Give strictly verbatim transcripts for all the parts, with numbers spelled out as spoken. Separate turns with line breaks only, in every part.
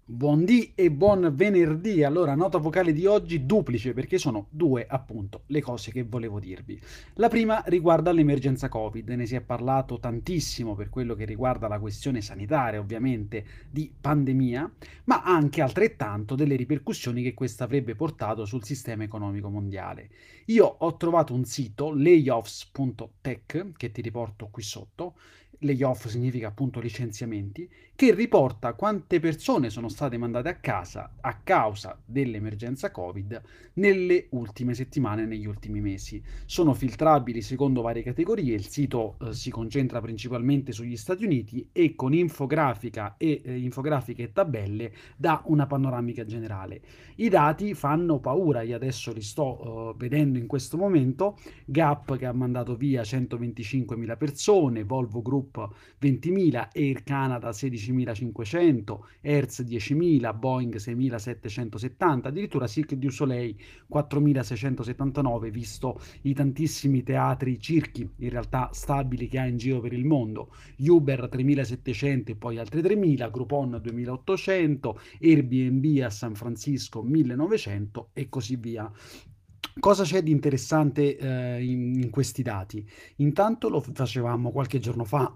Buondì e buon venerdì. Allora, nota vocale di oggi duplice perché sono due, appunto, le cose che volevo dirvi. La prima riguarda l'emergenza Covid, ne si è parlato tantissimo per quello che riguarda la questione sanitaria, ovviamente, di pandemia, ma anche altrettanto delle ripercussioni che questa avrebbe portato sul sistema economico mondiale. Io ho trovato un sito, layoffs punto tech, che ti riporto qui sotto. Layoff significa appunto licenziamenti, che riporta quante persone sono state mandate a casa a causa dell'emergenza Covid nelle ultime settimane, negli ultimi mesi. Sono filtrabili secondo varie categorie, il sito eh, si concentra principalmente sugli Stati Uniti e con infografica e, eh, infografiche e tabelle dà una panoramica generale. I dati fanno paura, io adesso li sto eh, vedendo in questo momento. Gap che ha mandato via centoventicinquemila persone, Volvo Group ventimila, Air Canada sedicimilacinquecento, Hertz diecimila, Boeing seimilasettecentosettanta, addirittura Cirque du Soleil quattromilaseicentosettantanove, visto i tantissimi teatri circhi in realtà stabili che ha in giro per il mondo. Uber tremilasettecento e poi altri tremila, Groupon duemilaottocento, Airbnb a San Francisco millenovecento e così via. Cosa c'è di interessante eh, in, in questi dati? Intanto lo facevamo qualche giorno fa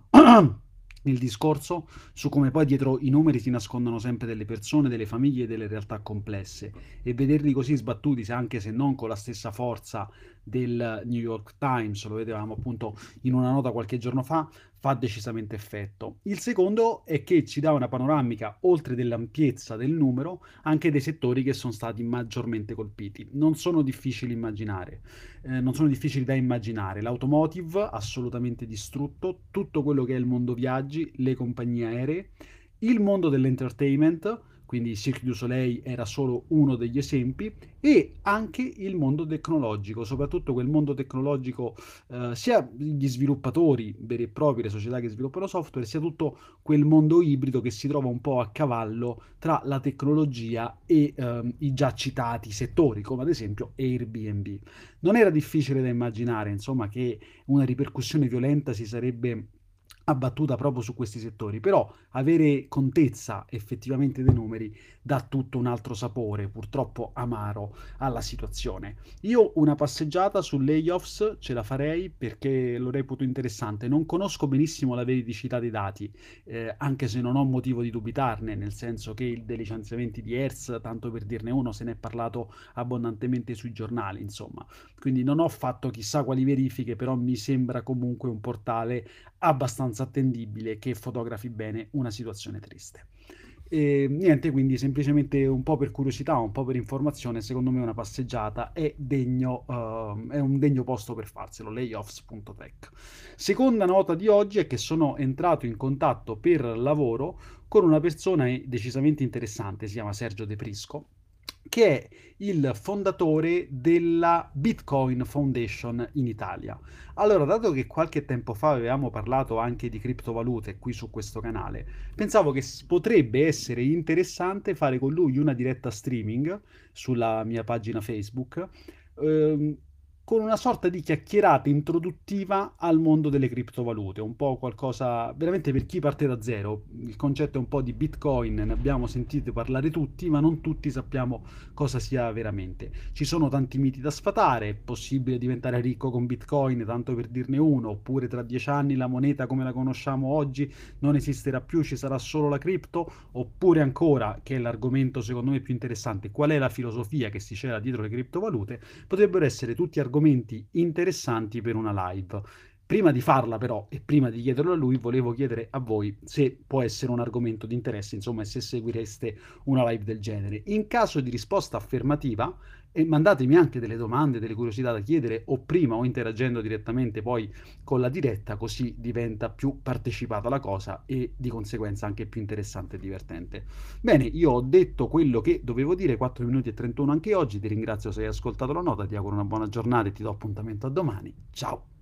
il discorso su come poi dietro i numeri si nascondono sempre delle persone, delle famiglie e delle realtà complesse, e vederli così sbattuti, anche se non con la stessa forza del New York Times, lo vedevamo appunto in una nota qualche giorno fa, fa decisamente effetto. Il secondo è che ci dà una panoramica, oltre dell'ampiezza del numero, anche dei settori che sono stati maggiormente colpiti. Non sono difficili immaginare, eh, non sono difficili da immaginare. L'automotive assolutamente distrutto, tutto quello che è il mondo viaggi, le compagnie aeree, il mondo dell'entertainment, quindi Cirque du Soleil era solo uno degli esempi, e anche il mondo tecnologico, soprattutto quel mondo tecnologico, eh, sia gli sviluppatori veri e propri, le società che sviluppano software, sia tutto quel mondo ibrido che si trova un po' a cavallo tra la tecnologia e ehm, i già citati settori, come ad esempio Airbnb. Non era difficile da immaginare, insomma, che una ripercussione violenta si sarebbe abbattuta proprio su questi settori, però avere contezza effettivamente dei numeri dà tutto un altro sapore, purtroppo amaro, alla situazione. Io una passeggiata su layoffs ce la farei perché lo reputo interessante. Non conosco benissimo la veridicità dei dati, eh, anche se non ho motivo di dubitarne, nel senso che il- dei licenziamenti di Hertz, tanto per dirne uno, se ne è parlato abbondantemente sui giornali, insomma. Quindi non ho fatto chissà quali verifiche, però mi sembra comunque un portale abbastanza attendibile che fotografi bene una situazione triste. E niente, quindi semplicemente un po' per curiosità, un po' per informazione, secondo me una passeggiata è degno, uh, è un degno posto per farselo, layoffs punto tech. Seconda nota di oggi è che sono entrato in contatto per lavoro con una persona decisamente interessante, si chiama Sergio De Prisco, che è il fondatore della Bitcoin Foundation in Italia. Allora, dato che qualche tempo fa avevamo parlato anche di criptovalute qui su questo canale, pensavo che s- potrebbe essere interessante fare con lui una diretta streaming sulla mia pagina Facebook, ehm, con una sorta di chiacchierata introduttiva al mondo delle criptovalute, un po' qualcosa veramente per chi parte da zero. Il concetto è un po' di Bitcoin, ne abbiamo sentito parlare tutti, ma non tutti sappiamo cosa sia veramente. Ci sono tanti miti da sfatare, è possibile diventare ricco con Bitcoin, tanto per dirne uno, oppure tra dieci anni la moneta come la conosciamo oggi non esisterà più, ci sarà solo la cripto, oppure ancora, che è l'argomento secondo me più interessante, qual è la filosofia che si cela dietro le criptovalute, potrebbero essere tutti argomenti interessanti per una live. Prima di farla però e prima di chiederlo a lui, volevo chiedere a voi se può essere un argomento di interesse, insomma, e se seguireste una live del genere. In caso di risposta affermativa, e mandatemi anche delle domande, delle curiosità da chiedere, o prima o interagendo direttamente poi con la diretta, così diventa più partecipata la cosa e di conseguenza anche più interessante e divertente. Bene, io ho detto quello che dovevo dire, quattro minuti e trentuno anche oggi, ti ringrazio se hai ascoltato la nota, ti auguro una buona giornata e ti do appuntamento a domani. Ciao!